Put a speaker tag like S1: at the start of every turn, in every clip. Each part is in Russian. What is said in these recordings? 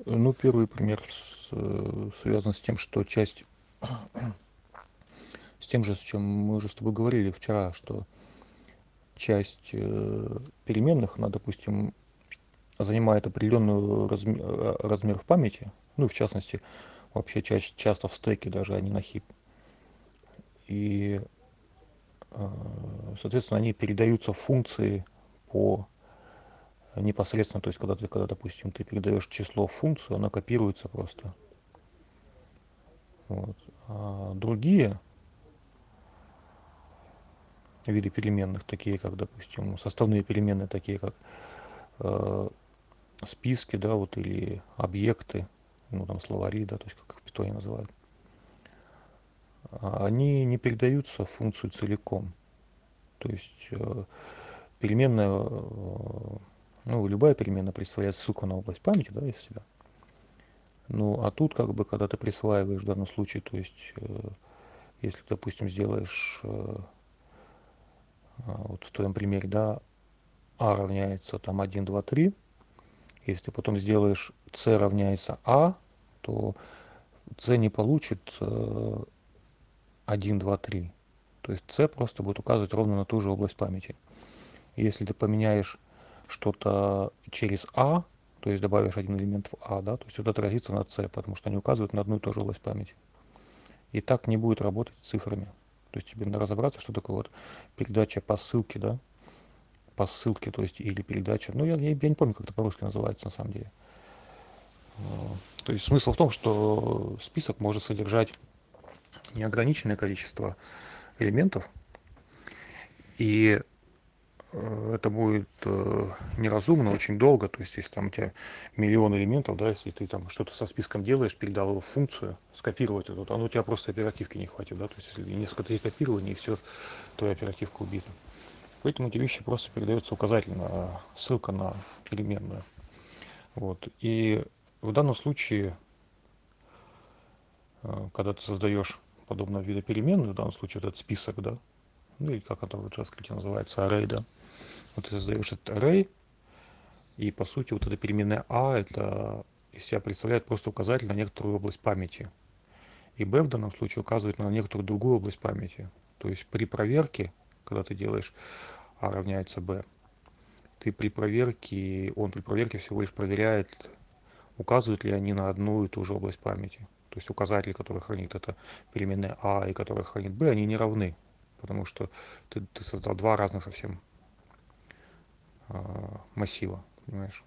S1: Ну, первый пример связан с тем, что с тем же, с чем мы уже с тобой говорили вчера, что часть переменных, она, допустим, занимает определенный размер в памяти, ну, в частности, вообще часто в стеке даже, а не на хип. И, соответственно, они передаются в функции по непосредственно, то есть когда, допустим, ты передаешь число в функцию, оно копируется просто. Вот. А другие виды переменных, такие как, допустим, составные переменные, такие как э, списки, да, вот, или объекты, ну, там, словари, да, то есть как их в питоне называют, они не передаются в функцию целиком. То есть переменная, ну, любая переменная представляет ссылку на область памяти, да, из себя. Ну, а тут, как бы, когда ты присваиваешь в данном случае, то есть, если, допустим, сделаешь, вот в твоем примере, да, а равняется там 1, 2, 3, если ты потом сделаешь c равняется а, то c не получит 1, 2, 3. То есть c просто будет указывать ровно на ту же область памяти. Если ты поменяешь что-то через а, то есть добавишь один элемент в а, да, то есть это отразится на c, потому что они указывают на одну и ту же область памяти. И так не будет работать с цифрами. То есть тебе надо разобраться, что такое вот передача по ссылке, да, по ссылке, то есть, или передача, ну, я не помню, как это по-русски называется на самом деле. То есть смысл в том, что список может содержать неограниченное количество элементов, и это будет неразумно очень долго, то есть если там у тебя миллион элементов, да, если ты там что-то со списком делаешь, передал его в функцию, скопировать это, оно у тебя просто оперативки не хватит, да, то есть если несколько таких копирований, и все, твоя оперативка убита. Поэтому эти вещи просто передается указательно, ссылка на переменную. Вот. И в данном случае, когда ты создаешь подобного вида переменную, в данном случае вот этот список, да, ну или как это в JavaScript называется, array, да, вот ты создаешь этот array, и по сути вот эта переменная a, это из себя представляет просто указатель на некоторую область памяти. И b в данном случае указывает на некоторую другую область памяти. То есть при проверке, когда ты делаешь a равняется b, он при проверке всего лишь проверяет, указывают ли они на одну и ту же область памяти. То есть указатели, который хранит это переменная а и который хранит b, они не равны, потому что ты создал два разных совсем массива, понимаешь?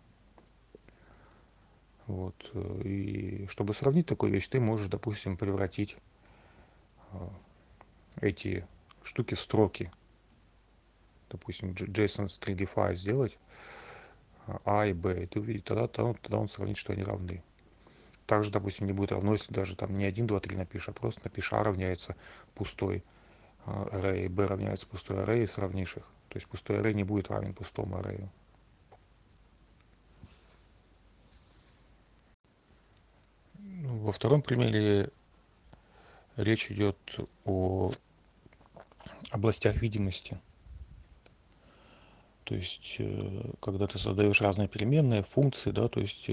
S1: Вот. И чтобы сравнить такую вещь, ты можешь, допустим, превратить эти штуки в строки. Допустим, JSON stringify сделать а и b, и ты увидишь, тогда он сравнит, что они равны. Также, допустим, не будет равно, если даже там не 1, 2, 3 напишешь, а просто напишешь а равняется пустой array, b равняется пустой array, и сравнишь их. То есть пустой array не будет равен пустому array. Во втором примере речь идет о областях видимости. То есть, когда ты создаешь разные переменные, функции, да, то есть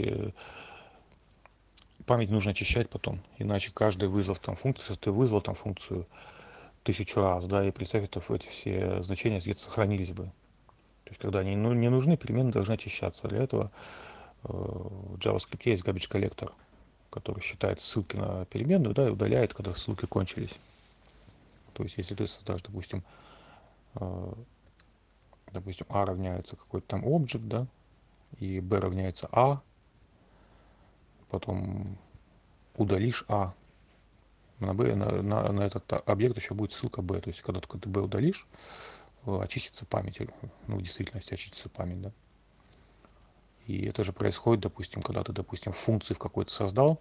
S1: память нужно очищать потом, иначе каждый вызов там функции, если ты вызвал там функцию 1000 раз, да, и представь, эти все значения где-то сохранились бы. То есть, когда они не нужны, переменные должны очищаться. Для этого в JavaScript есть garbage collector, который считает ссылки на переменную, да, и удаляет, когда ссылки кончились. То есть, если ты создашь, допустим, a равняется какой-то там объект, да, и b равняется a, потом удалишь a, на этот объект еще будет ссылка b. То есть, когда только ты b удалишь, очистится память, ну, в действительности очистится память, да. И это же происходит, допустим, когда ты, допустим, функции в какой-то создал,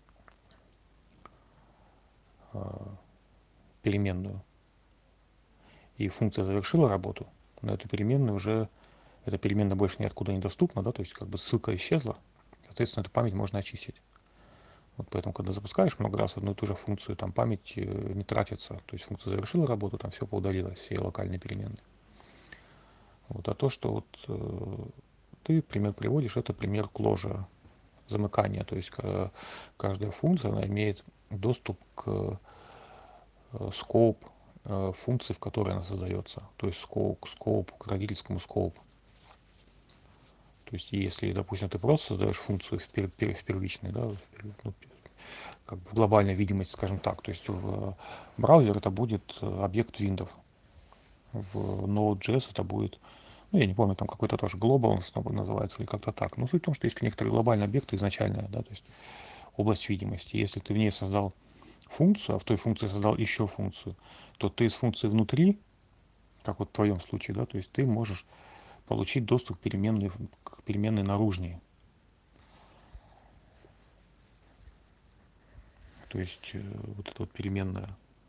S1: переменную, и функция завершила работу, но эту переменную уже, эта переменная больше ниоткуда не доступна, да, то есть как бы ссылка исчезла, соответственно, эту память можно очистить. Вот поэтому, когда запускаешь много раз одну и ту же функцию, там память не тратится, то есть функция завершила работу, там все поудалилось, все локальные переменные. Вот, а то, что вот ты пример приводишь, это пример кложа. замыкания, то есть каждая функция, она имеет доступ к scope функции, в которой она создается, то есть scope к родительскому scope. То есть если, допустим, ты просто создаешь функцию в первичной, да, ну, как бы в глобальной видимости, скажем так, то есть в браузер это будет объект Windows, в Node.js это будет, ну, я не помню, там какой-то тоже global называется или как-то так. Но суть в том, что есть некоторые глобальные объекты изначальные, да, то есть область видимости. Если ты в ней создал функцию, а в той функции создал еще функцию, то ты из функции внутри, как вот в твоем случае, да, то есть ты можешь получить доступ к переменной наружней. То есть вот эта вот переменная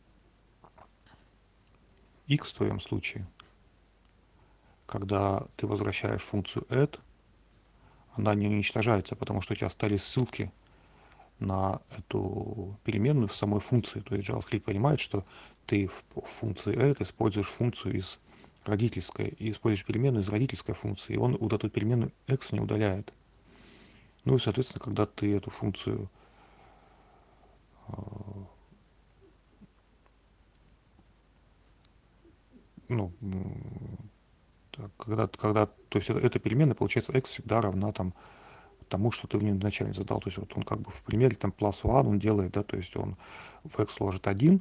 S1: x в твоем случае, когда ты возвращаешь функцию add, она не уничтожается, потому что у тебя остались ссылки на эту переменную в самой функции. То есть JavaScript понимает, что ты в функции add используешь функцию из родительской и используешь переменную из родительской функции, и он вот эту переменную x не удаляет. Ну и, соответственно, когда ты эту функцию ну, то есть эта переменная, получается, x всегда равна там тому, что ты в ней вначале задал. То есть вот он как бы в примере там plus one он делает, да, то есть он в x ложит 1,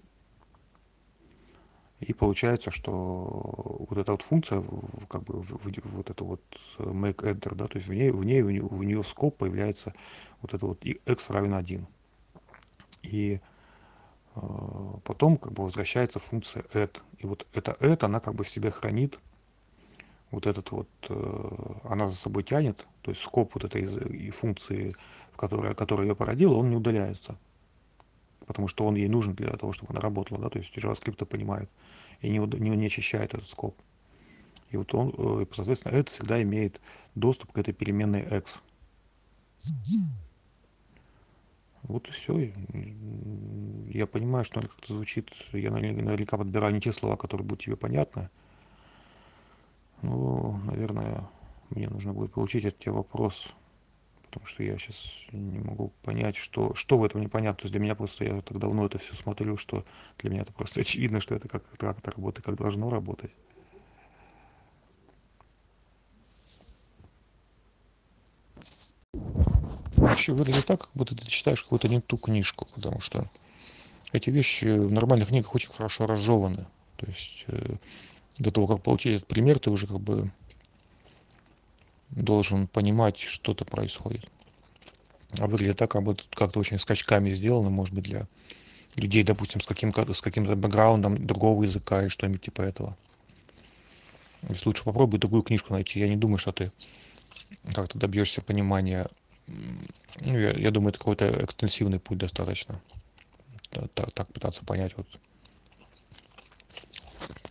S1: и получается, что вот эта вот функция, как бы вот это вот make adder, да, то есть у нее в scope появляется вот это вот x равен 1. И потом как бы возвращается функция add. И вот эта add, она как бы в себе хранит вот этот вот, она за собой тянет, то есть скоп вот этой и функции, которая ее породила, он не удаляется, потому что он ей нужен для того, чтобы она работала, да, то есть JavaScript понимает и не очищает этот скоп. И вот он, соответственно, это всегда имеет доступ к этой переменной x. Вот и все. Я понимаю, что это как-то звучит, я наверняка подбираю не те слова, которые будут тебе понятны. Ну, наверное, мне нужно будет получить от тебя вопрос, потому что я сейчас не могу понять, что в этом непонятно. То есть для меня просто, я так давно это все смотрю, что для меня это просто очевидно, что это как это работает, как должно работать. Вообще выглядит так, как будто ты читаешь какую-то не ту книжку, потому что эти вещи в нормальных книгах очень хорошо разжеваны. То есть до того, как получить этот пример, ты уже как бы должен понимать, что-то происходит. А выглядит так, как будто как-то очень скачками сделано, может быть, для людей, допустим, с каким-то бэкграундом другого языка или что-нибудь типа этого. Если лучше попробуй другую книжку найти. Я не думаю, что ты как-то добьешься понимания. Ну, я думаю, это какой-то экстенсивный путь достаточно. Так пытаться понять вот